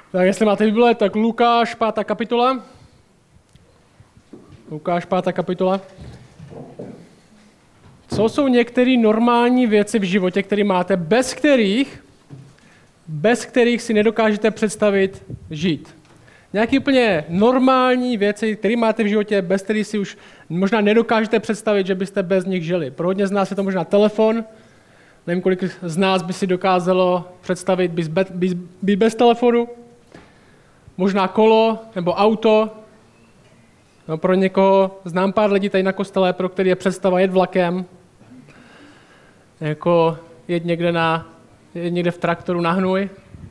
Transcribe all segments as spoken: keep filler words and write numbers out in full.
Tak jestli máte Bible, tak Lukáš, pátá kapitola. Lukáš, pátá kapitola. Co jsou některé normální věci v životě, které máte, bez kterých, bez kterých si nedokážete představit žít? Nějaké úplně normální věci, které máte v životě, bez kterých si už možná nedokážete představit, že byste bez nich žili. Pro hodně z nás je to možná telefon. Nevím, kolik z nás by si dokázalo představit být bez, být, být bez telefonu. Možná kolo nebo auto. No, pro někoho, znám pár lidí tady na kostele, pro který je představa jet vlakem. Jako jet někde, na, jet někde v traktoru na hnůj.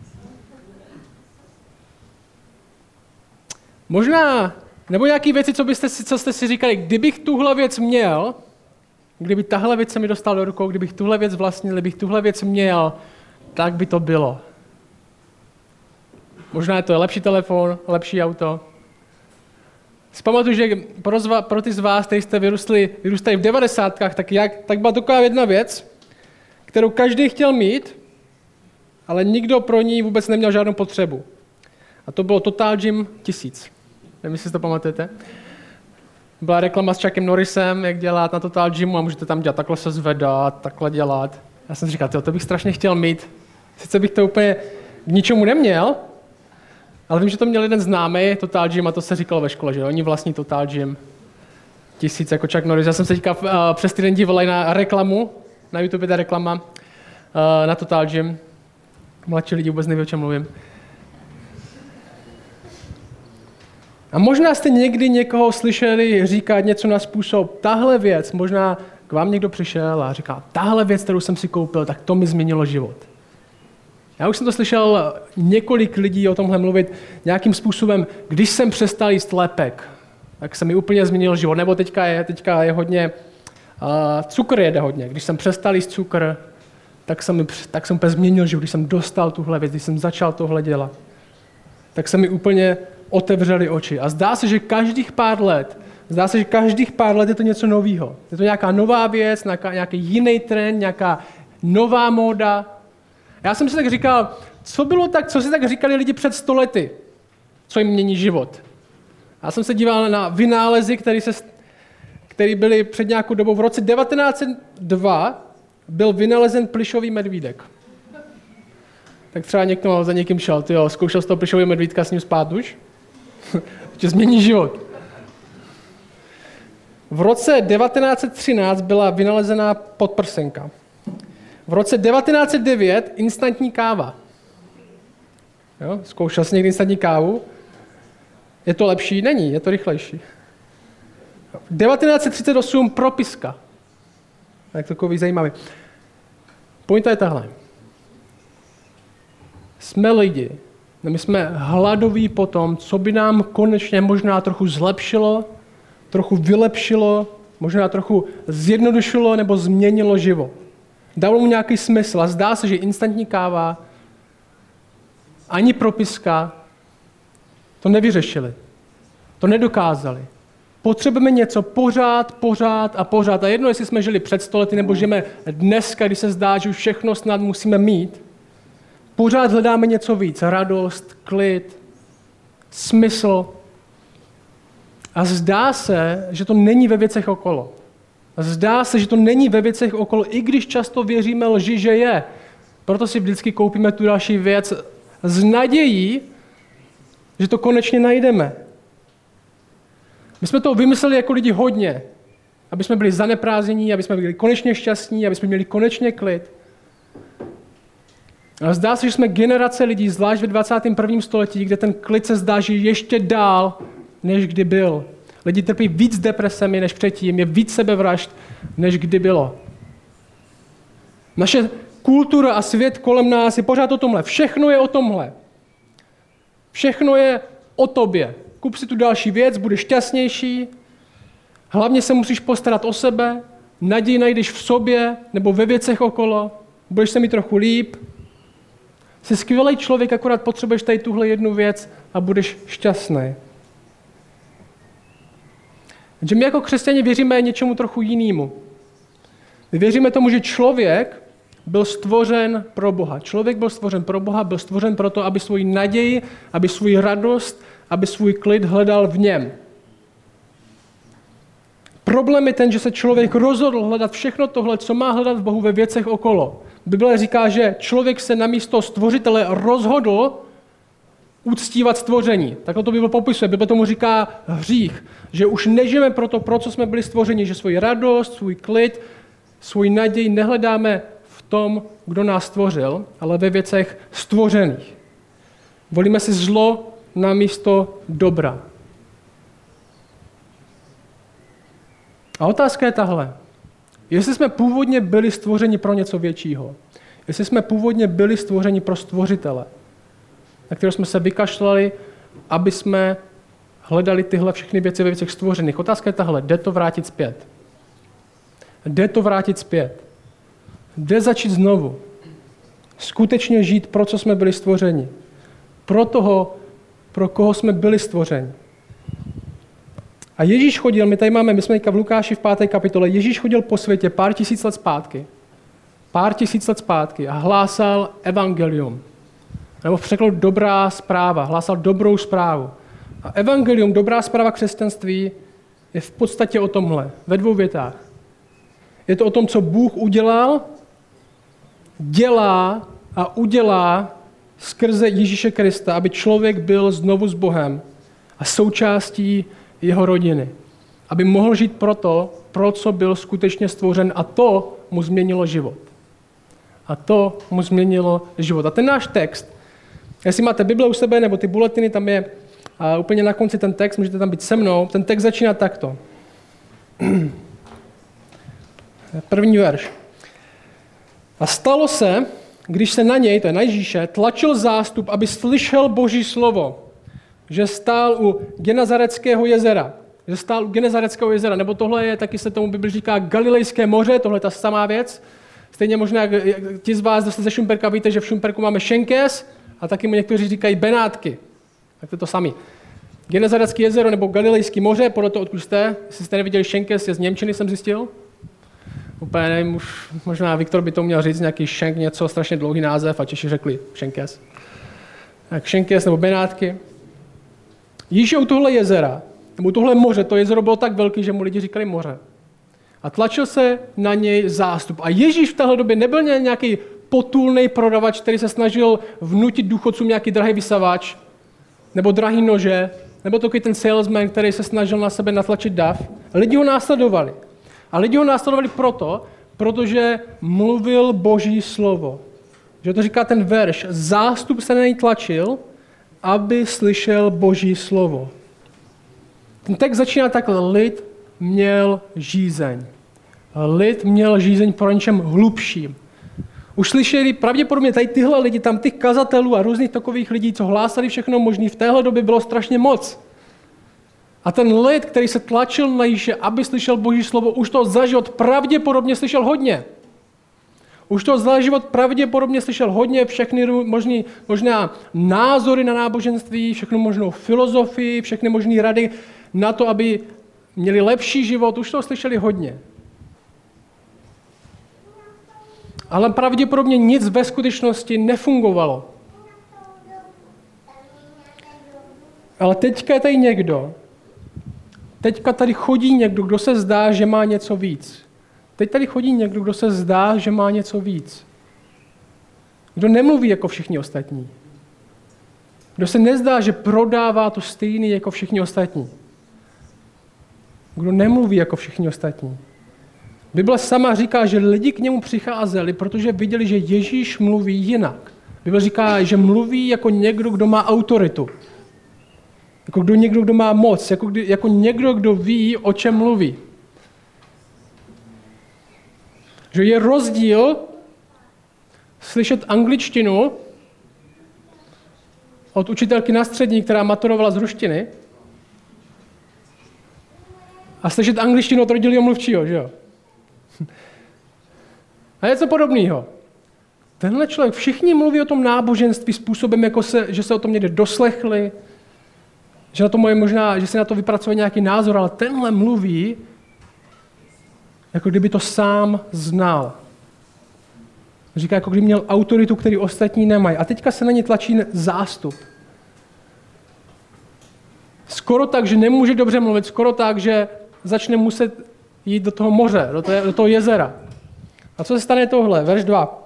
Možná, nebo nějaké věci, co, byste si, co jste si říkali, kdybych tuhle věc měl, kdyby tahle věc se mi dostala do rukou, kdybych tuhle věc vlastnil, kdybych tuhle věc měl, tak by to bylo. Možná je to lepší telefon, lepší auto. Vzpamatuju, že pro, zva, pro ty z vás, kteří jste vyrůstli, vyrůstali v devadesátkách, tak, jak, tak byla taková jedna věc, kterou každý chtěl mít, ale nikdo pro ní vůbec neměl žádnou potřebu. A to bylo Total Gym tisíc. Nevím, jestli si to pamatujete. Byla reklama s Chuckem Norrisem, jak dělat na Total Gymu a můžete tam dělat, takhle se zvedat, takhle dělat. Já jsem si říkal, to bych strašně chtěl mít. Sice bych to úplně k ničemu neměl, ale vím, že to měl jeden známý, Total Gym, a to se říkalo ve škole, že oni vlastní Total Gym tisíc jako Chuck Norris. Já jsem se teďka uh, přes týden díval na reklamu, na YouTube je ta reklama uh, na Total Gym. Mladší lidi vůbec neví, o čem mluvím. A možná jste někdy někoho slyšeli říkat něco na způsob, tahle věc, možná k vám někdo přišel a říká, tahle věc, kterou jsem si koupil, tak to mi změnilo život. Já už jsem to slyšel několik lidí o tomhle mluvit nějakým způsobem, když jsem přestal jíst lepek, tak se mi úplně změnil život. Nebo teďka je, teďka je hodně, uh, cukr jede hodně. Když jsem přestal jíst cukr, tak jsem, mi, tak jsem úplně změnil život. Když jsem dostal tuhle věc, když jsem začal tohle dělat, tak se mi úplně otevřely oči. A zdá se, že každých pár let, zdá se, že každých pár let je to něco nového. Je to nějaká nová věc, nějaká, nějaký jiný trend, nějaká nová móda. Já jsem si tak říkal, co bylo tak, co si tak říkali lidi před sto lety, co jim mění život. Já jsem se díval na vynálezy, které se, které byly před nějakou dobou. V roce devatenáct set dva byl vynalezen plyšový medvídek. Tak třeba někdo za někým šel, ty jo, zkoušel z toho plyšového medvídka s ním spát už. To změní život. V roce devatenáct set třináct byla vynalezená podprsenka. V roce devatenáct set devět instantní káva. Jo, zkoušel jsi někdy instantní kávu? Je to lepší? Není, je to rychlejší. devatenáct set třicet osm propiska. Tak takový zajímavý. Pointa je tahle. Jsme lidi, my jsme hladoví po tom, co by nám konečně možná trochu zlepšilo, trochu vylepšilo, možná trochu zjednodušilo nebo změnilo život. Dalo mu nějaký smysl a zdá se, že instantní káva ani propiska to nevyřešili. To nedokázali. Potřebujeme něco pořád, pořád a pořád. A jedno, jestli jsme žili před sto lety nebo žijeme dneska, kdy se zdá, že už všechno snad musíme mít, pořád hledáme něco víc. Radost, klid, smysl. A zdá se, že to není ve věcech okolo. A zdá se, že to není ve věcech okolo, i když často věříme lži, že je. Proto si vždycky koupíme tu další věc s nadějí, že to konečně najdeme. My jsme to vymysleli jako lidi hodně, aby jsme byli zaneprázdnění, aby jsme byli konečně šťastní, aby jsme měli konečně klid. A zdá se, že jsme generace lidí, zvlášť ve dvacátém prvním století, kde ten klid se zdá, že ještě dál, než kdy byl. Lidi trpí víc depresemi než předtím, je víc sebevražd, než kdy bylo. Naše kultura a svět kolem nás je pořád o tomhle. Všechno je o tomhle. Všechno je o tobě. Kup si tu další věc, budeš šťastnější. Hlavně se musíš postarat o sebe. Naději najdeš v sobě nebo ve věcech okolo. Budeš se mít trochu líp. Jsi skvělý člověk, akorát potřebuješ tady tuhle jednu věc a budeš šťastný. Že my jako křesťané věříme něčemu trochu jinému. My věříme tomu, že člověk byl stvořen pro Boha. Člověk byl stvořen pro Boha, byl stvořen proto, aby svoji naději, aby svou radost, aby svůj klid hledal v něm. Problém je ten, že se člověk rozhodl hledat všechno tohle, co má hledat v Bohu ve věcech okolo. Bible říká, že člověk se namísto stvořitele rozhodl uctívat stvoření. Takhle to Bible popisuje. Bible tomu říká hřích. Že už nežijeme pro to, pro co jsme byli stvořeni, že svoji radost, svůj klid, svůj naději nehledáme v tom, kdo nás stvořil, ale ve věcech stvořených. Volíme si zlo namísto dobra. A otázka je tahle. Jestli jsme původně byli stvořeni pro něco většího, jestli jsme původně byli stvořeni pro stvořitele, na kterého jsme se vykašlali, aby jsme hledali tyhle všechny věci ve věcech stvořených. Otázka je tahle, jde to vrátit zpět? Jde to vrátit zpět? Jde začít znovu? Skutečně žít, pro co jsme byli stvořeni? Pro toho, pro koho jsme byli stvořeni. A Ježíš chodil, my tady máme, my jsme v Lukáši v páté kapitole, Ježíš chodil po světě pár tisíc let zpátky, pár tisíc let zpátky a hlásal evangelium. Nebo v překladu dobrá zpráva, hlásal dobrou zprávu. A evangelium, dobrá zpráva křesťanství, je v podstatě o tomhle, ve dvou větách. Je to o tom, co Bůh udělal, dělá a udělá skrze Ježíše Krista, aby člověk byl znovu s Bohem a součástí jeho rodiny. Aby mohl žít pro to, pro co byl skutečně stvořen, a to mu změnilo život. A to mu změnilo život. A ten náš text, jestli máte Bible u sebe, nebo ty bulletiny, tam je a úplně na konci ten text, můžete tam být se mnou, ten text začíná takto. První verš. A stalo se, když se na něj, to je na Ježíše, tlačil zástup, aby slyšel Boží slovo, že stál u Genezareckého jezera. Že stál u Genezareckého jezera, nebo tohle je, taky se tomu Bible říká Galilejské moře, tohle je ta samá věc. Stejně možná, jak ti z vás, kdo jste ze Šumperka, víte, že v Šumperku máme Šenkes a taky mu někteří říkají Benátky. Tak to je to samé. Genezarecké jezero nebo Galilejské moře, podle toho, odkud jste. Jestli jste neviděli Šenkes, je z němčiny, jsem zjistil. Úplně nevím, už možná Viktor by to měl říct, nějaký Šenk, něco, strašně dlouhý název a Češi řekli Šenkes. Tak Šenkes nebo Benátky. Již je u tohle jezera, nebo u tohle moře, to jezero bylo tak velké, že mu lidi říkali moře. A tlačil se na něj zástup. A Ježíš v téhle době nebyl nějaký potulný prodavač, který se snažil vnutit důchodcům nějaký drahý vysavač, nebo drahý nože, nebo takový ten salesman, který se snažil na sebe natlačit dav. Lidi ho následovali. A lidi ho následovali proto, protože mluvil Boží slovo. Že to říká ten verš. Zástup se na něj tlačil, aby slyšel Boží slovo. Ten text začíná takhle. Lid měl žízeň. Lid měl žízeň pro něčem hlubším. Už slyšeli pravděpodobně tady tyhle lidi, tam těch kazatelů a různých takových lidí, co hlásali všechno možné, v téhle době bylo strašně moc. A ten lid, který se tlačil na Ježíše, aby slyšel Boží slovo, už to za život pravděpodobně slyšel hodně. Už to za život pravděpodobně slyšel hodně, všechny možný, možná názory na náboženství, všechno možnou filozofii, všechny možné rady na to, aby měli lepší život. Už to slyšeli hodně. Ale pravděpodobně nic ve skutečnosti nefungovalo. Ale teďka je tady někdo, teďka tady chodí někdo, kdo se zdá, že má něco víc. Teď tady chodí někdo, kdo se zdá, že má něco víc. Kdo nemluví jako všichni ostatní. Kdo se nezdá, že prodává to stejný jako všichni ostatní. Kdo nemluví jako všichni ostatní. Bible sama říká, že lidi k němu přicházeli, protože viděli, že Ježíš mluví jinak. Bible říká, že mluví jako někdo, kdo má autoritu. Jako kdo, někdo, kdo má moc. Jako, kdy, jako někdo, kdo ví, o čem mluví. Že je rozdíl slyšet angličtinu od učitelky na střední, která maturovala z ruštiny, a slyšet angličtinu od rodilého mluvčího, že jo? A něco podobného. Tenhle člověk, všichni mluví o tom náboženství způsobem, jako se, že se o tom někde doslechli, že na to je možná, že se na to vypracuje nějaký názor, ale tenhle mluví, jako kdyby to sám znal. Říká, jako kdyby měl autoritu, který ostatní nemají. A teďka se na ně tlačí zástup. Skoro tak, že nemůže dobře mluvit, skoro tak, že začne muset jít do toho moře, do toho, do toho jezera. A co se stane tohle? Verš dva.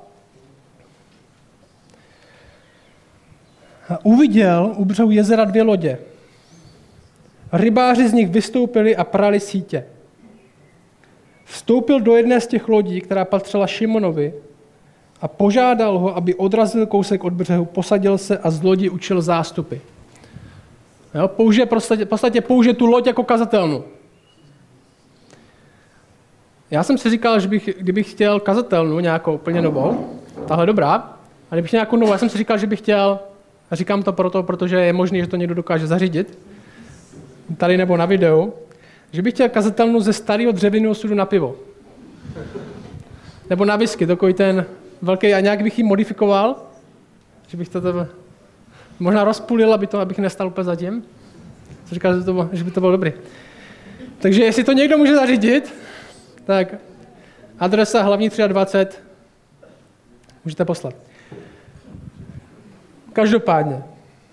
A uviděl u břehu jezera dvě lodě. Rybáři z nich vystoupili a prali sítě. Vstoupil do jedné z těch lodí, která patřila Šimonovi, a požádal ho, aby odrazil kousek od břehu, posadil se a z lodi učil zástupy. Jo, použije, v podstatě použije tu loď jako kazatelnu. Já jsem si říkal, že bych, kdybych chtěl kazatelnu nějakou úplně novou, tahle dobrá, a kdybych nějakou novou, já jsem si říkal, že bych chtěl, a říkám to proto, protože je možné, že to někdo dokáže zařídit, tady nebo na videu, že bych chtěl kazatelnu ze starého dřevěného sudu na pivo. Nebo na whisky, takový ten velký, a nějak bych ji modifikoval, že bych to tam možná rozpůlil, aby to, abych nestal úplně zatím. Jsem říkal, že, to, že by to bylo dobrý. Takže jestli to někdo může zařídit, tak adresa hlavní dvacet tři můžete poslat. Každopádně.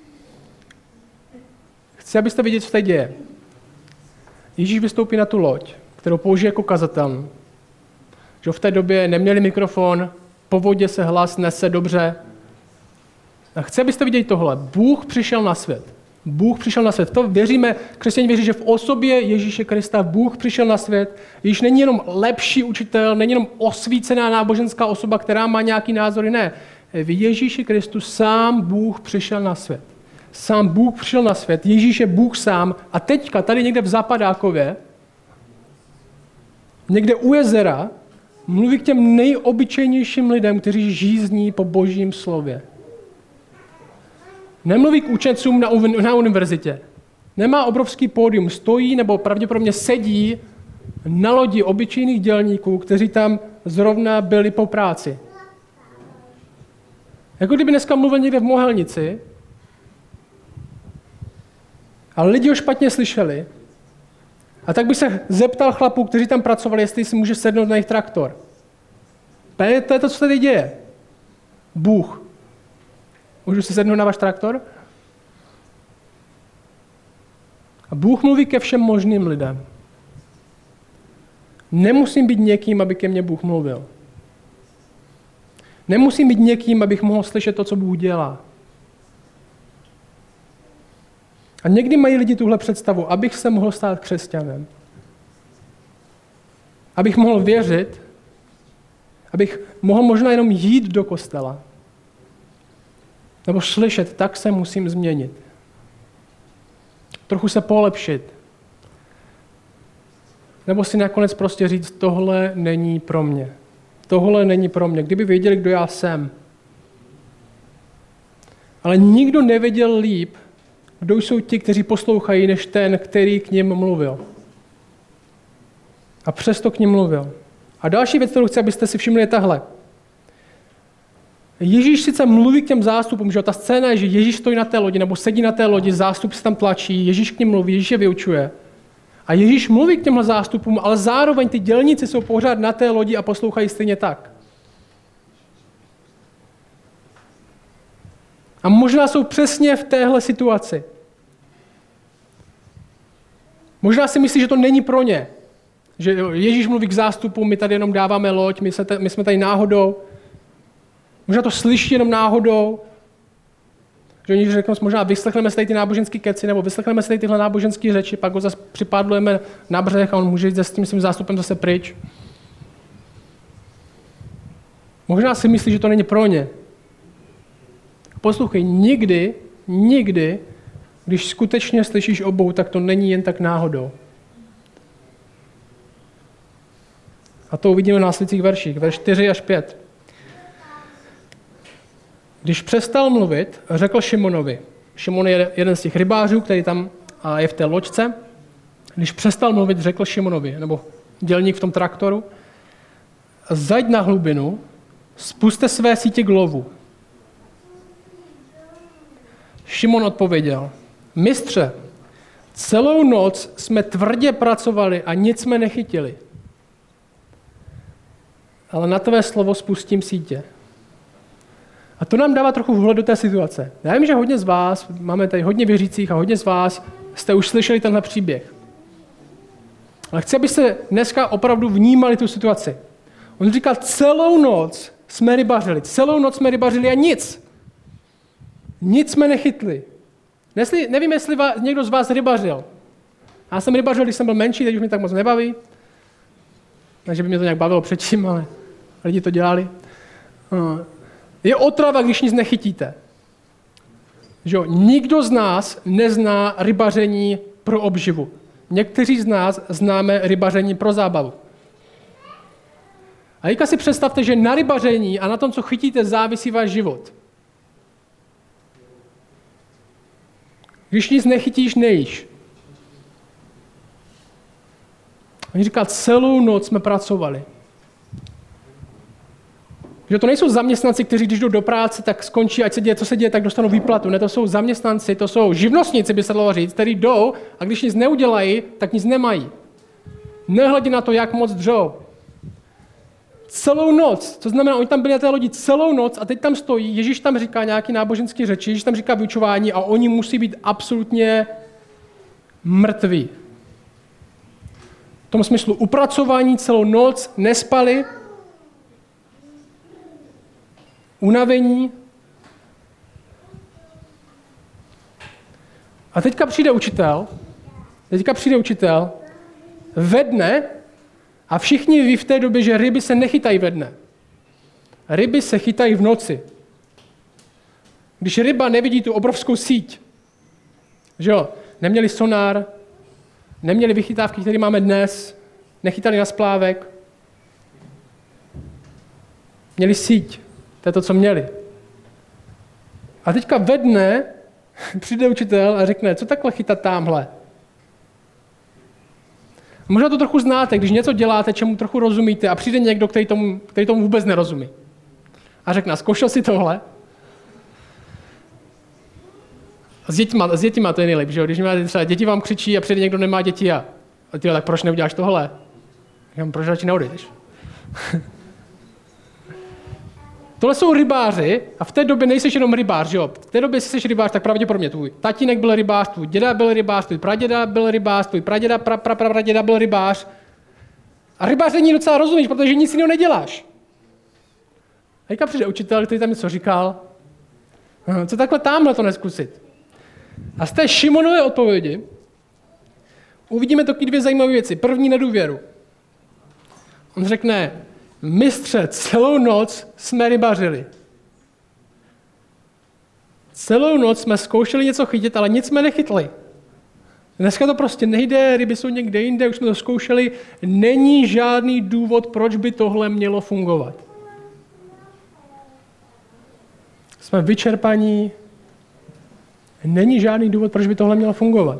Chci, abyste viděli, co se tady děje. Ježíš vystoupí na tu loď, kterou použije jako kazatelnu. Že v té době neměli mikrofon, po vodě se hlas nese dobře. A chci, abyste viděli tohle. Bůh přišel na svět. Bůh přišel na svět. To věříme, křesťané věří, že v osobě Ježíše Krista Bůh přišel na svět. Ježíš není jenom lepší učitel, není jenom osvícená náboženská osoba, která má nějaký názory. Ne. V Ježíši Kristu sám Bůh přišel na svět. Sám Bůh přišel na svět. Ježíš je Bůh sám. A teďka tady někde v Zapadákově, někde u jezera, mluví k těm nejobyčejnějším lidem, kteří žízní po božím slově. Nemluví k učencům na, na univerzitě. Nemá obrovský pódium. Stojí nebo pravděpodobně sedí na lodi obyčejných dělníků, kteří tam zrovna byli po práci. Jako kdyby dneska mluvil někde v Mohelnici, ale lidi ho špatně slyšeli. A tak by se zeptal chlapů, kteří tam pracovali, jestli si může sednout na jejich traktor. To je to, co se tady děje. Bůh. Můžu si sednout na váš traktor? A Bůh mluví ke všem možným lidem. Nemusím být někým, aby ke mně Bůh mluvil. Nemusím být někým, abych mohl slyšet to, co Bůh dělá. A někdy mají lidi tuhle představu, abych se mohl stát křesťanem. Abych mohl věřit, abych mohl možná jenom jít do kostela. Nebo slyšet, tak se musím změnit. Trochu se polepšit. Nebo si nakonec prostě říct, tohle není pro mě. Tohle není pro mě. Kdyby věděli, kdo já jsem. Ale nikdo nevěděl líp, kdo jsou ti, kteří poslouchají, než ten, který k nim mluvil. A přesto k nim mluvil. A další věc, kterou chci, abyste si všimli, je tahle. Ježíš sice mluví k těm zástupům, že ta scéna je, že Ježíš stojí na té lodi, nebo sedí na té lodi, zástup se tam tlačí, Ježíš k nim mluví, Ježíš je vyučuje. A Ježíš mluví k těmhle zástupům, ale zároveň ty dělníci jsou pořád na té lodi a poslouchají stejně tak. A možná jsou přesně v téhle situaci. Možná si myslí, že to není pro ně. Že Ježíš mluví k zástupům, my tady jenom dáváme loď, my, se t- my jsme tady náhodou. Možná to slyší jenom náhodou. Že oni řeknou, možná vyslechneme si tady ty náboženské keci, nebo vyslechneme si tady tyhle náboženské řeči, pak ho zase připádlujeme na břeh a on může jít s tím svým zástupem zase pryč. Možná si myslí, že to není pro ně. Poslouchej, nikdy, nikdy, když skutečně slyšíš obou, tak to není jen tak náhodou. A to uvidíme v následujících verších, verš čtyři až pět. Když přestal mluvit, řekl Šimonovi. Šimon je jeden z těch rybářů, který tam je v té loďce. Když přestal mluvit, řekl Šimonovi, nebo dělník v tom traktoru, zajď na hlubinu, spuste své sítě k lovu. Šimon odpověděl, mistře, celou noc jsme tvrdě pracovali a nic jsme nechytili. Ale na tvé slovo spustím sítě. A to nám dává trochu vhled do té situace. Já vím, že hodně z vás, máme tady hodně věřících a hodně z vás jste už slyšeli tenhle příběh. Ale chci, abyste dneska opravdu vnímali tu situaci. On říkal, celou noc jsme rybařili, celou noc jsme rybařili a nic. Nic jsme nechytli. Nesli, nevím, jestli vás, někdo z vás rybařil. Já jsem rybařil, když jsem byl menší, teď už mě tak moc nebaví. Takže by mě to nějak bavilo předtím, ale lidi to dělali. Je otrava, když nic nechytíte. Že jo? Nikdo z nás nezná rybaření pro obživu. Někteří z nás známe rybaření pro zábavu. A teďka si představte, že na rybaření a na tom, co chytíte, závisí váš život. Když nic nechytíš, nejíš. On říká, celou noc jsme pracovali. Že to nejsou zaměstnanci, kteří když jdou do práce, tak skončí, ať se děje, co se děje, tak dostanou výplatu. Ne, to jsou zaměstnanci, to jsou živnostníci, by se dalo říct, kteří jdou a když nic neudělají, tak nic nemají. Nehledě na to, jak moc dřou. Celou noc, to znamená, oni tam byli na té lodi celou noc a teď tam stojí, Ježíš tam říká nějaký náboženský řeči, Ježíš tam říká vyučování a oni musí být absolutně mrtví. V tom smyslu upracování celou noc, nespali, unavení. A teďka přijde učitel, teďka přijde učitel ve dne a všichni ví v té době, že ryby se nechytají ve dne. Ryby se chytají v noci. Když ryba nevidí tu obrovskou síť, že jo, neměli sonár, neměli vychytávky, které máme dnes, nechytali na splávek, měli síť, to je to, co měli. A teďka ve dne přijde učitel a řekne, co takhle chytat tamhle. Možná to trochu znáte, když něco děláte, čemu trochu rozumíte a přijde někdo, který tomu, který tomu vůbec nerozumí. A řekne, zkoušel si tohle? S dětima, s dětima to je nejlepší, že? Když máte třeba děti vám křičí a přijde někdo, nemá děti a, a ty, tak proč neuděláš tohle? Říkám, proč radši neodejdeš? Tohle jsou rybáři a v té době nejseš jenom rybář, že jo? V té době, jestli jsi rybář, tak pravděpodobně tvůj tatínek byl rybář, tvůj děda byl rybář, tvůj praděda byl rybář, tvůj praděda, pra, pra, pra, praděda byl rybář. A rybáření docela rozumíš, protože nic jiného neděláš. A teďka přijde učitel, který tam něco říkal. Co takhle tamhle to neskusit? A z té Šimonové odpovědi uvidíme taky dvě zajímavé věci. První, nedůvěru. On řekne, mistře, celou noc jsme rybařili. Celou noc jsme zkoušeli něco chytit, ale nic jsme nechytli. Dneska to prostě nejde, ryby jsou někde jinde, už jsme to zkoušeli. Není žádný důvod, proč by tohle mělo fungovat. Jsme vyčerpaní. Není žádný důvod, proč by tohle mělo fungovat.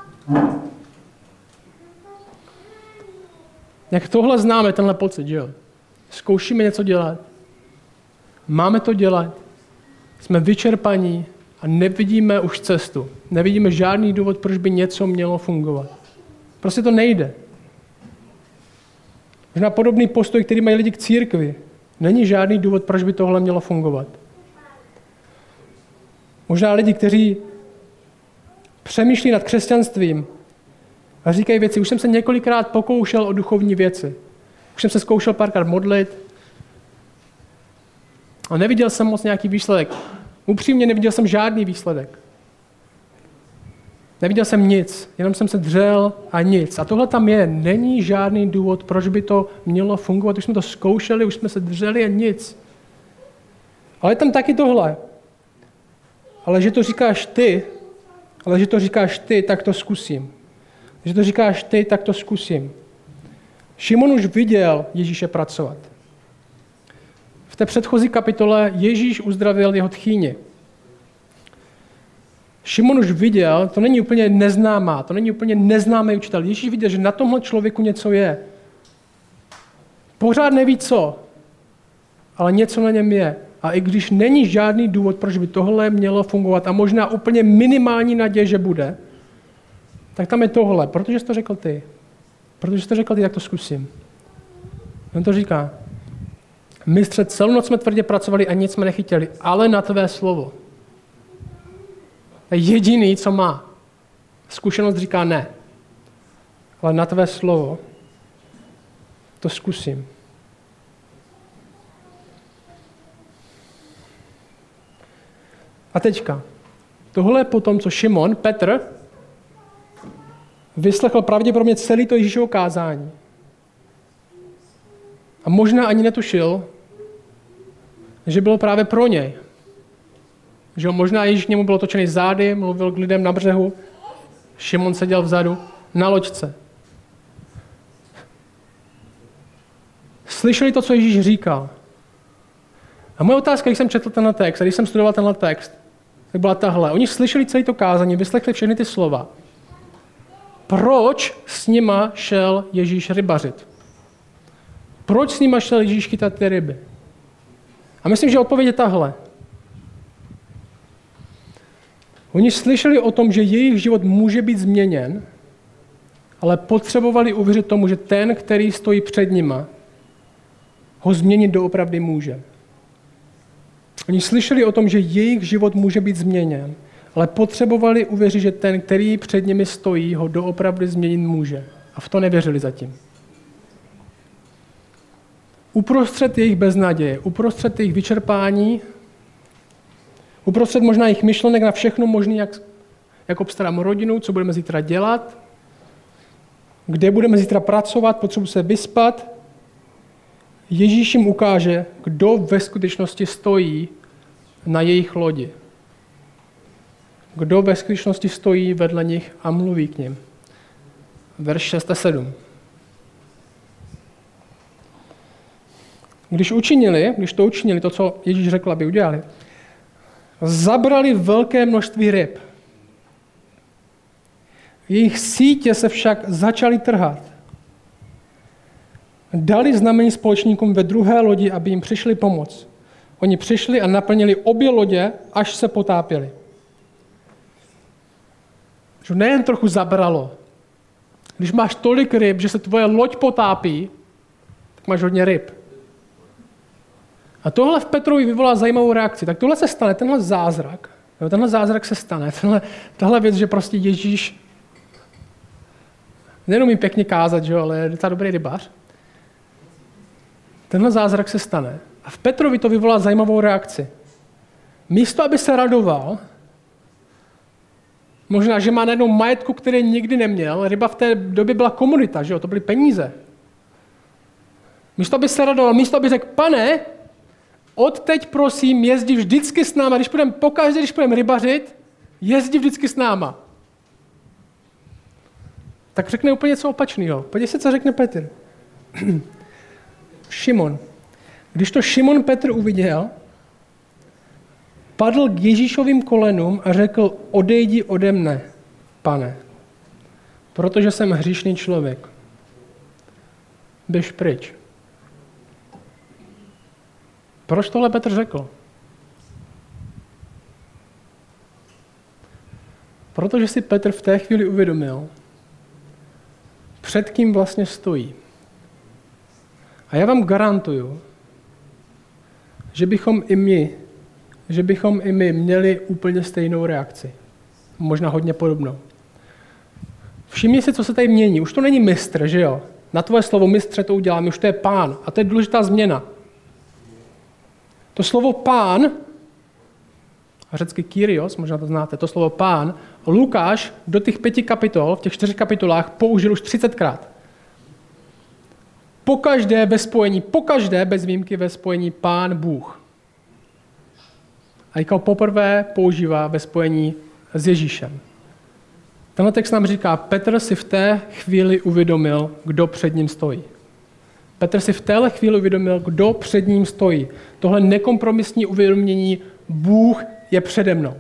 Jak tohle známe, tenhle pocit, že jo? Zkoušíme něco dělat. Máme to dělat. Jsme vyčerpaní a nevidíme už cestu. Nevidíme žádný důvod, proč by něco mělo fungovat. Prostě to nejde. Možná podobný postoj, který mají lidi k církvi. Není žádný důvod, proč by tohle mělo fungovat. Možná lidi, kteří přemýšlí nad křesťanstvím a říkají věci, už jsem se několikrát pokoušel o duchovní věci. Už jsem se zkoušel párkrát modlit a neviděl jsem moc nějaký výsledek. Upřímně neviděl jsem žádný výsledek. Neviděl jsem nic, jenom jsem se dřel a nic. A tohle tam je. Není žádný důvod, proč by to mělo fungovat. Už jsme to zkoušeli, už jsme se dřeli a nic. Ale je tam taky tohle. Ale že to říkáš ty, ale že to říkáš ty, tak to zkusím. Že to říkáš ty, tak to zkusím. Šimon už viděl Ježíše pracovat. V té předchozí kapitole Ježíš uzdravil jeho tchýni. Šimon už viděl, to není úplně neznámá, to není úplně neznámý učitel. Ježíš viděl, že na tomhle člověku něco je. Pořád neví co, ale něco na něm je. A i když není žádný důvod, proč by tohle mělo fungovat a možná úplně minimální naděje, že bude, tak tam je tohle, protože jsi to řekl ty. Protože jsi to řekl ty, tak to zkusím. On to říká. Mistře, celou noc jsme tvrdě pracovali a nic jsme nechytili, ale na tvé slovo. To je jediný, co má. Zkušenost říká ne. Ale na tvé slovo to zkusím. A teďka. Tohle je po tom, co Šimon, Petr, vyslechl pravděpodobně celý to Ježíšovo kázání. A možná ani netušil, že bylo právě pro něj. Že možná Ježíš k němu byl otočený zády, mluvil k lidem na břehu, Šimon seděl vzadu na loďce. Slyšeli to, co Ježíš říkal. A moje otázka, když jsem četl tenhle text, a když jsem studoval tenhle text, tak byla tahle. Oni slyšeli celé to kázání, vyslechli všechny ty slova. Proč s nima šel Ježíš rybařit? Proč s nima šel Ježíš chytat ty ryby? A myslím, že odpověď je tahle. Oni slyšeli o tom, že jejich život může být změněn, ale potřebovali uvěřit tomu, že ten, který stojí před nima, ho změnit doopravdy může. Oni slyšeli o tom, že jejich život může být změněn, ale potřebovali uvěřit, že ten, který před nimi stojí, ho doopravdy změnit může. A v to nevěřili zatím. Uprostřed jejich beznaděje, uprostřed jejich vyčerpání, uprostřed možná jejich myšlenek na všechno možné, jak, jak obstarám rodinu, co budeme zítra dělat, kde budeme zítra pracovat, potřebuji se vyspat, Ježíš jim ukáže, kdo ve skutečnosti stojí na jejich lodi. Kdo ve skutečnosti stojí vedle nich a mluví k nim. Verš šest a sedm. Když učinili, když to učinili, to, co Ježíš řekl, aby udělali, zabrali velké množství ryb. Jejich sítě se však začaly trhat. Dali znamení společníkům ve druhé lodi, aby jim přišli pomoct. Oni přišli a naplnili obě lodě, až se potápěli. Že nejen trochu zabralo. Když máš tolik ryb, že se tvoje loď potápí, tak máš hodně ryb. A tohle v Petrovi vyvolá zajímavou reakci. Tak tohle se stane, tenhle zázrak. Jo, tenhle zázrak se stane. Tenhle, tahle věc, že prostě Ježíš nejenom jim pěkně kázat, že jo, ale je docela dobrý rybář. Tenhle zázrak se stane. A v Petrovi to vyvolá zajímavou reakci. Místo, aby se radoval, možná, že má najednou majetku, který nikdy neměl, ryba v té době byla komunita, že jo, to byly peníze. Místo, aby se radoval, místo, aby řekl, pane, odteď prosím, jezdí vždycky s náma, když půjdeme, pokaždé, když půjdeme rybařit, jezdí vždycky s náma. Tak řekne úplně něco opačného. Podívej se, co řekne Petr. Šimon. Když to Šimon Petr uviděl, padl k Ježíšovým kolenům a řekl, odejdi ode mne, pane, protože jsem hříšný člověk. Běž pryč. Proč tohle Petr řekl? Protože si Petr v té chvíli uvědomil, před kým vlastně stojí. A já vám garantuju, že bychom i my, že bychom i my měli úplně stejnou reakci. Možná hodně podobnou. Všimni si, co se tady mění. Už to není mistr, že jo? Na tvoje slovo mistře to udělám, už to je pán. A to je důležitá změna. To slovo pán, a řecky kyrios, možná to znáte, to slovo pán, Lukáš do těch pěti kapitol, v těch čtyřech kapitolách použil už třicetkrát. Pokaždé ve spojení, pokaždé bez výjimky ve spojení pán Bůh. A jako poprvé používá ve spojení s Ježíšem. Tenhle text nám říká, Petr si v té chvíli uvědomil, kdo před ním stojí. Petr si v téhle chvíli uvědomil, kdo před ním stojí. Tohle nekompromisní uvědomění, Bůh je přede mnou.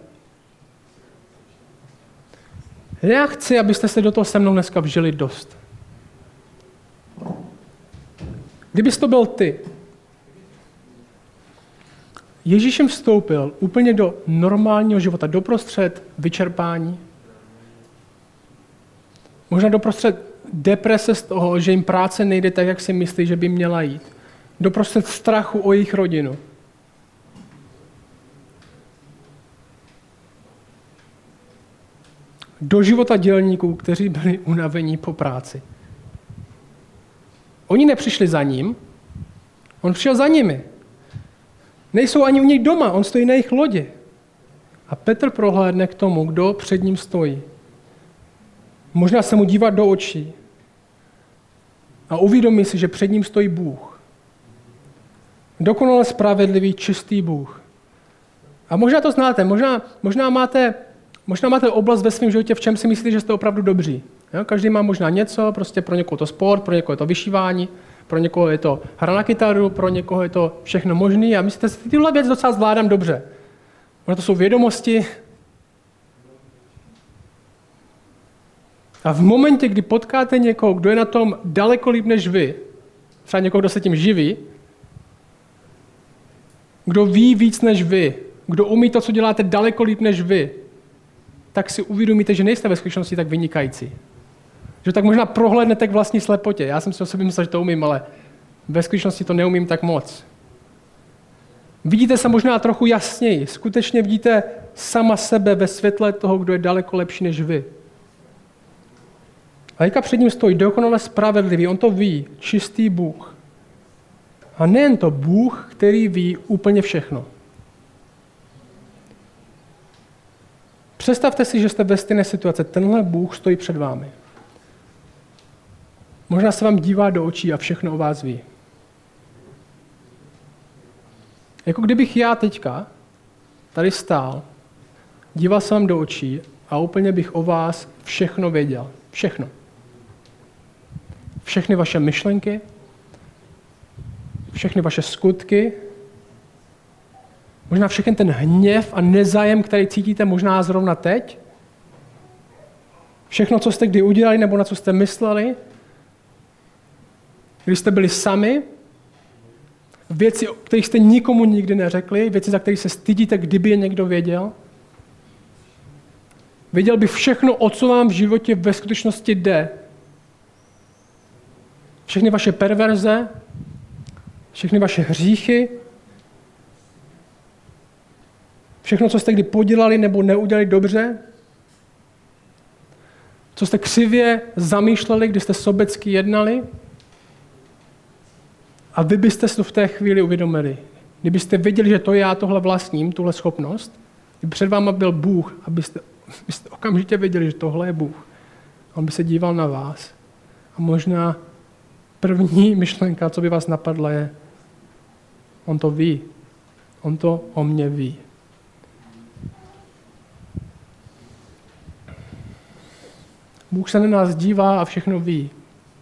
Já chci, abyste se do toho se mnou dneska vžili dost. Kdybys to byl ty, Ježíšem vstoupil úplně do normálního života, doprostřed vyčerpání, možná doprostřed deprese z toho, že jim práce nejde tak, jak si myslí, že by měla jít. doprostřed strachu o jejich rodinu. Do života dělníků, kteří byli unavení po práci. Oni nepřišli za ním, on přišel za nimi. Nejsou ani u něj doma, on stojí na jejich lodi. A Petr prohlédne k tomu, kdo před ním stojí. Možná se mu dívat do očí. A uvědomí si, že před ním stojí Bůh. Dokonale spravedlivý, čistý Bůh. A možná to znáte, možná, možná, máte, možná máte oblast ve svém životě, v čem si myslíte, že jste opravdu dobří. Jo? Každý má možná něco, prostě pro někoho to sport, pro někoho je to vyšívání, pro někoho je to hra na kytaru, pro někoho je to všechno možné a myslíte si, tyhle věc docela zvládám dobře. Možná to jsou vědomosti. A v momentě, kdy potkáte někoho, kdo je na tom daleko líp než vy, třeba někoho, kdo se tím živí, kdo ví víc než vy, kdo umí to, co děláte daleko líp než vy, tak si uvědomíte, že nejste ve skutečnosti tak vynikající. Že tak možná prohlédnete k vlastní slepotě. Já jsem si o sobě myslel, že to umím, ale ve skutečnosti to neumím tak moc. Vidíte se možná trochu jasněji. Skutečně vidíte sama sebe ve světle toho, kdo je daleko lepší než vy. A teďka před ním stojí dokonale spravedlivý, on to ví, čistý Bůh. A nejen to Bůh, který ví úplně všechno. Představte si, že jste ve stejné situaci. Tenhle Bůh stojí před vámi. Možná se vám dívá do očí a všechno o vás ví. Jako kdybych já teďka tady stál, díval se vám do očí a úplně bych o vás všechno věděl. Všechno. Všechny vaše myšlenky, všechny vaše skutky, možná všechny ten hněv a nezájem, který cítíte možná zrovna teď. Všechno, co jste kdy udělali nebo na co jste mysleli. Když jste byli sami, věci, o kterých jste nikomu nikdy neřekli, věci, za které se stydíte, kdyby je někdo věděl. Věděl by všechno, o co vám v životě ve skutečnosti jde. Všechny vaše perverze, všechny vaše hříchy, všechno, co jste kdy podělali nebo neudělali dobře, co jste křivě zamýšleli, když jste sobecky jednali, a vy byste si to v té chvíli uvědomili. Kdybyste věděli, že to já tohle vlastním, tuhle schopnost, kdyby před váma byl Bůh, abyste, abyste okamžitě věděli, že tohle je Bůh. On by se díval na vás. A možná první myšlenka, co by vás napadla, je, on to ví. On to o mně ví. Bůh se na nás dívá a všechno ví.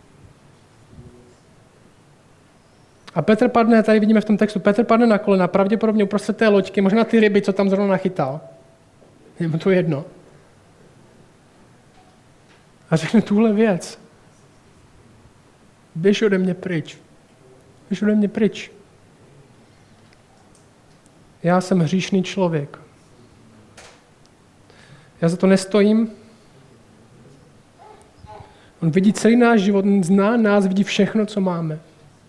A Petr padne, tady vidíme v tom textu, Petr padne na kolena, pravděpodobně uprostřed té loďky, možná ty ryby, co tam zrovna nachytal. Je mu to jedno. A řekne tuhle věc. Běž ode mě pryč. Běž ode mě pryč. Já jsem hříšný člověk. Já za to nestojím. On vidí celý náš život, on zná nás, vidí všechno, co máme.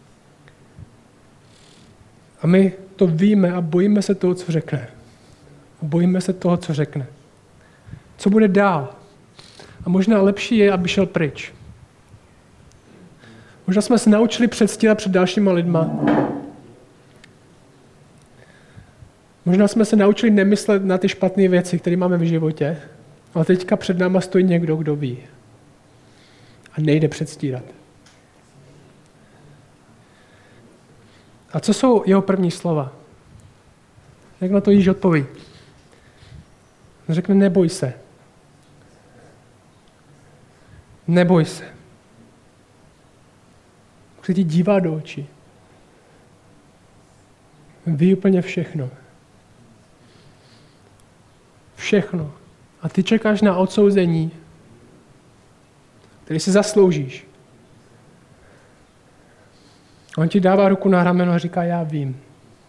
A my to víme a bojíme se toho, co řekne. A bojíme se toho, co řekne. Co bude dál? A možná lepší je, aby šel pryč. Možná jsme se naučili předstírat před dalšíma lidma. Možná jsme se naučili nemyslet na ty špatné věci, které máme v životě, ale teďka před náma stojí někdo, kdo ví. A nejde předstírat. A co jsou jeho první slova? Jak na to Ježíš odpoví? On řekne, neboj se. Neboj se. Už se ti dívá do očí. Ví úplně všechno. Všechno. A ty čekáš na odsouzení, který si zasloužíš. On ti dává ruku na rameno a říká, já vím.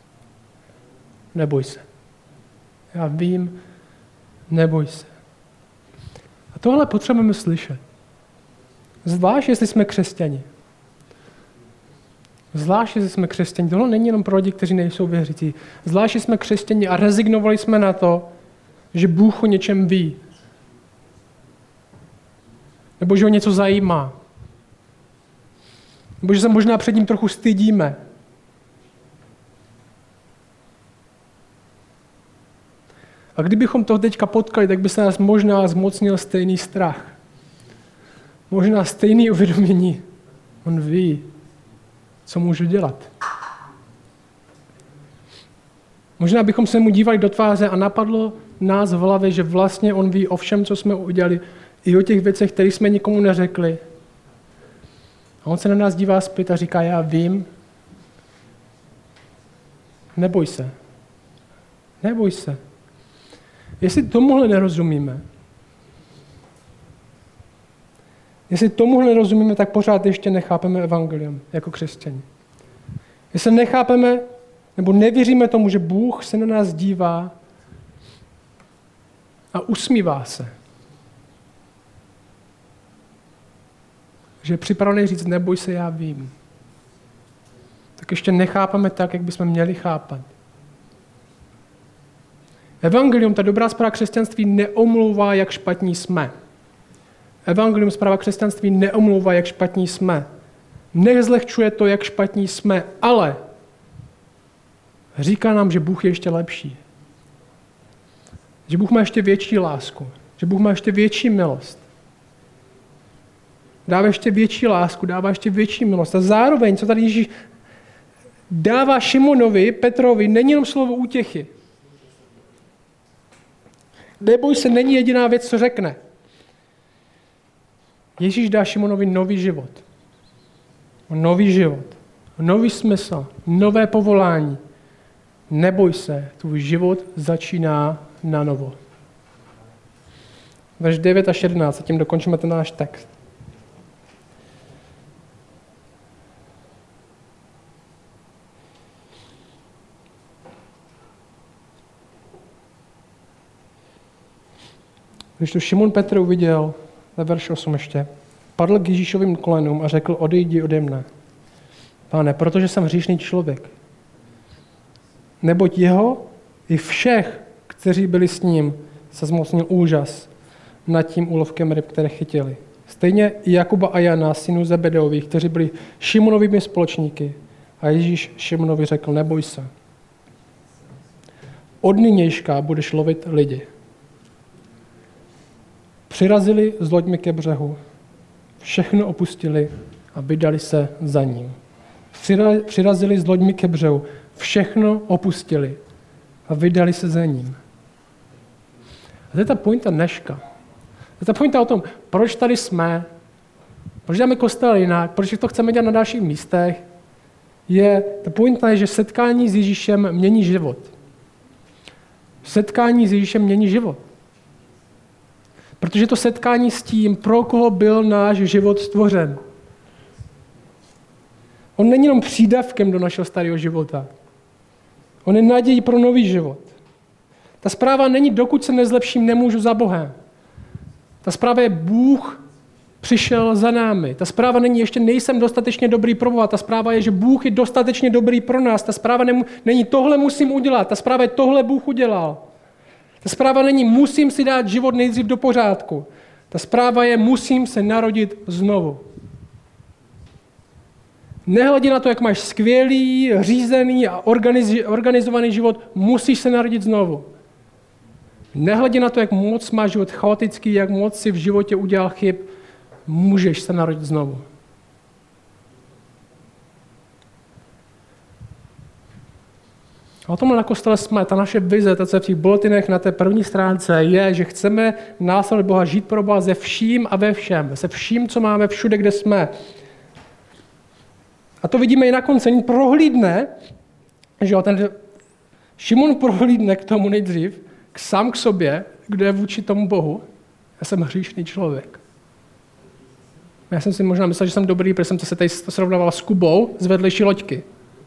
Neboj se. Já vím, neboj se. A tohle potřebujeme slyšet. Zvlášť, jestli jsme křesťani. Zvlášť, že jsme křesťani. Tohle není jenom pro lidi, kteří nejsou věřící. Zvlášť, že jsme křesťani a rezignovali jsme na to, že Bůh o něčem ví. Nebo že ho něco zajímá. Nebo že se možná před ním trochu stydíme. A kdybychom to teďka potkali, tak by se nás možná zmocnil stejný strach. Možná stejný uvědomění. On ví, co můžu dělat. Možná bychom se mu dívali do tváře a napadlo nás v hlavě, že vlastně on ví o všem, co jsme udělali, i o těch věcech, které jsme nikomu neřekli. A on se na nás dívá zpět a říká, já vím, neboj se. Neboj se. Jestli tomuhle nerozumíme, jestli tomuhle nerozumíme, tak pořád ještě nechápeme evangelium jako křesťani. Jestli nechápeme, nebo nevěříme tomu, že Bůh se na nás dívá a usmívá se. Že je připravený říct, neboj se, já vím. Tak ještě nechápeme tak, jak bychom měli chápat. Evangelium, ta dobrá zpráva křesťanství, neomlouvá, jak špatní jsme. Evangelium, zpráva křesťanství, neomlouvá, jak špatní jsme. Nezlehčuje to, jak špatní jsme, ale říká nám, že Bůh je ještě lepší. Že Bůh má ještě větší lásku. Že Bůh má ještě větší milost. Dává ještě větší lásku, dává ještě větší milost. A zároveň, co tady Ježíš dává Šimonovi, Petrovi, není jenom slovo útěchy. Neboj se, není jediná věc, co řekne. Ježíš dá Šimonovi nový život. Nový život. Nový smysl. Nové povolání. Neboj se, tvůj život začíná na novo. Verš devět až jedenáct, a tím dokončíme ten náš text. Když to Šimon Petr uviděl, ve verši osm ještě, padl k Ježíšovým kolenům a řekl, odejdi ode mne. Pane, protože jsem hříšný člověk. Neboť jeho i všech, kteří byli s ním, se zmocnil úžas nad tím úlovkem ryb, které chytili. Stejně i Jakuba a Jana, synů Zebedeových, kteří byli Šimonovými společníky. A Ježíš Šimonovi řekl, neboj se. Od nynějška budeš lovit lidi. Přirazili s loďmi ke břehu, všechno opustili a vydali se za ním. Přirazili s loďmi ke břehu, všechno opustili a vydali se za ním. A to je ta pointa dneška. To je ta pointa o tom, proč tady jsme, proč děláme kostel jinak, proč to chceme dělat na dalších místech. Je, ta pointa je, že setkání s Ježíšem mění život. Setkání s Ježíšem mění život. Protože to setkání s tím, pro koho byl náš život stvořen. On není jenom přídavkem do našeho starého života. On je nadějí pro nový život. Ta zpráva není, dokud se nezlepším, nemůžu za Bohem. Ta zpráva je, Bůh přišel za námi. Ta zpráva není, ještě nejsem dostatečně dobrý pro Boha. Ta zpráva je, že Bůh je dostatečně dobrý pro nás. Ta zpráva není, tohle musím udělat. Ta zpráva je, tohle Bůh udělal. Ta zpráva není, musím si dát život nejdřív do pořádku. Ta zpráva je, musím se narodit znovu. Nehledě na to, jak máš skvělý, řízený a organizovaný život, musíš se narodit znovu. Nehledě na to, jak moc máš život chaotický, jak moc si v životě udělal chyb, můžeš se narodit znovu. A o tomhle na kostele jsme, ta naše vize, ta, co je v těch bulletinech na té první stránce, je, že chceme následovat Boha, žít pro Boha ze vším a ve všem, se vším, co máme všude, kde jsme. A to vidíme i na konci. On prohlídne, že jo, ten Šimon prohlídne k tomu nejdřív, k sám k sobě, kdo je vůči tomu Bohu. Já jsem hříšný člověk. Já jsem si možná myslel, že jsem dobrý, protože jsem se tady srovnával s Kubou z vedlejší loďky.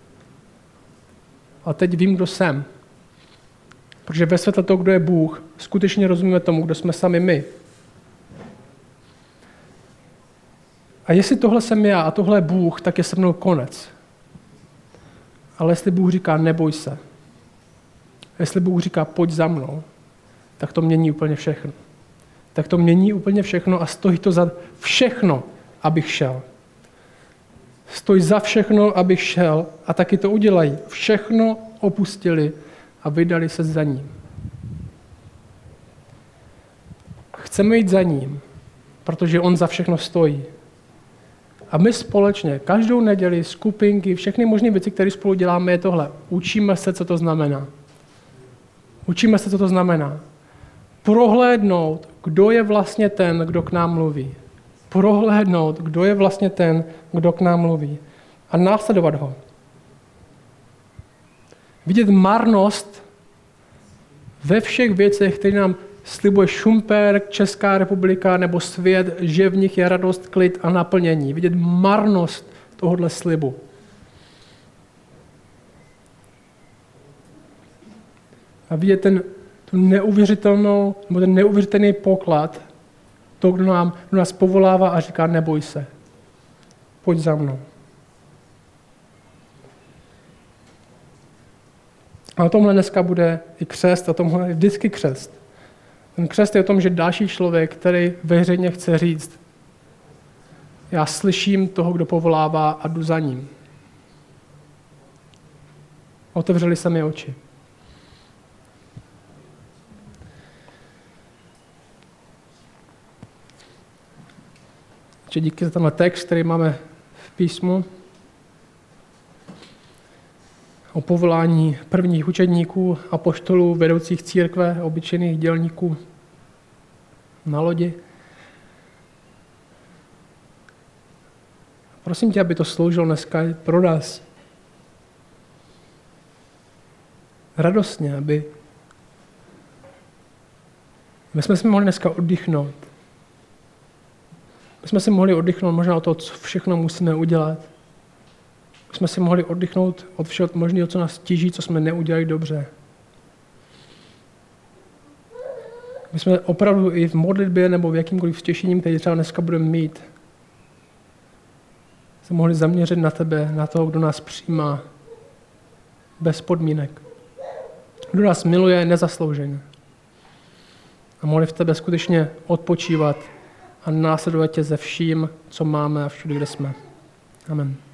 A teď vím, kdo jsem. Protože ve světle toho, kdo je Bůh, skutečně rozumíme tomu, kdo jsme sami my. A jestli tohle jsem já a tohle je Bůh, tak je se mnou konec. Ale jestli Bůh říká, neboj se, jestli Bůh říká, pojď za mnou, tak to mění úplně všechno. Tak to mění úplně všechno a stojí to za všechno, abych šel. Stojí za všechno, abych šel a taky to udělají. Všechno opustili a vydali se za ním. Chceme jít za ním, protože on za všechno stojí. A my společně, každou neděli, skupinky, všechny možné věci, které spolu děláme, je tohle. Učíme se, co to znamená. Učíme se, co to znamená. Prohlédnout, kdo je vlastně ten, kdo k nám mluví. Prohlédnout, kdo je vlastně ten, kdo k nám mluví. A následovat ho. Vidět marnost ve všech věcech, které nám slibuje Šumperk, Česká republika nebo svět, že v nich je radost, klid a naplnění. Vidět marnost tohohle slibu. A vidět ten, tu neuvěřitelnou, nebo ten neuvěřitelný poklad, to, kdo, nám, kdo nás povolává a říká, neboj se, pojď za mnou. A o tomhle dneska bude i křest, a tomhle je vždycky křest. Ten křest je o tom, že další člověk, který veřejně chce říct, já slyším toho, kdo povolává a jdu za ním. Otevřeli se mi oči. Díky za tenhle text, který máme v písmu, o povolání prvních učedníků, apoštolů, vedoucích církve, obyčejných dělníků na lodi. Prosím tě, aby to sloužilo dneska pro nás. Radostně, aby my jsme si mohli dneska oddychnout. My jsme si mohli oddychnout možná od toho, co všechno musíme udělat. My jsme si mohli oddychnout od všeho možného, co nás tíží, co jsme neudělali dobře. My jsme opravdu i v modlitbě nebo v jakýmkoliv stěšením, který třeba dneska budeme mít, se mohli zaměřit na tebe, na toho, kdo nás přijímá bez podmínek. Kdo nás miluje nezaslouženě. A mohli v tebe skutečně odpočívat a následovat tě ze vším, co máme a všude, kde jsme. Amen.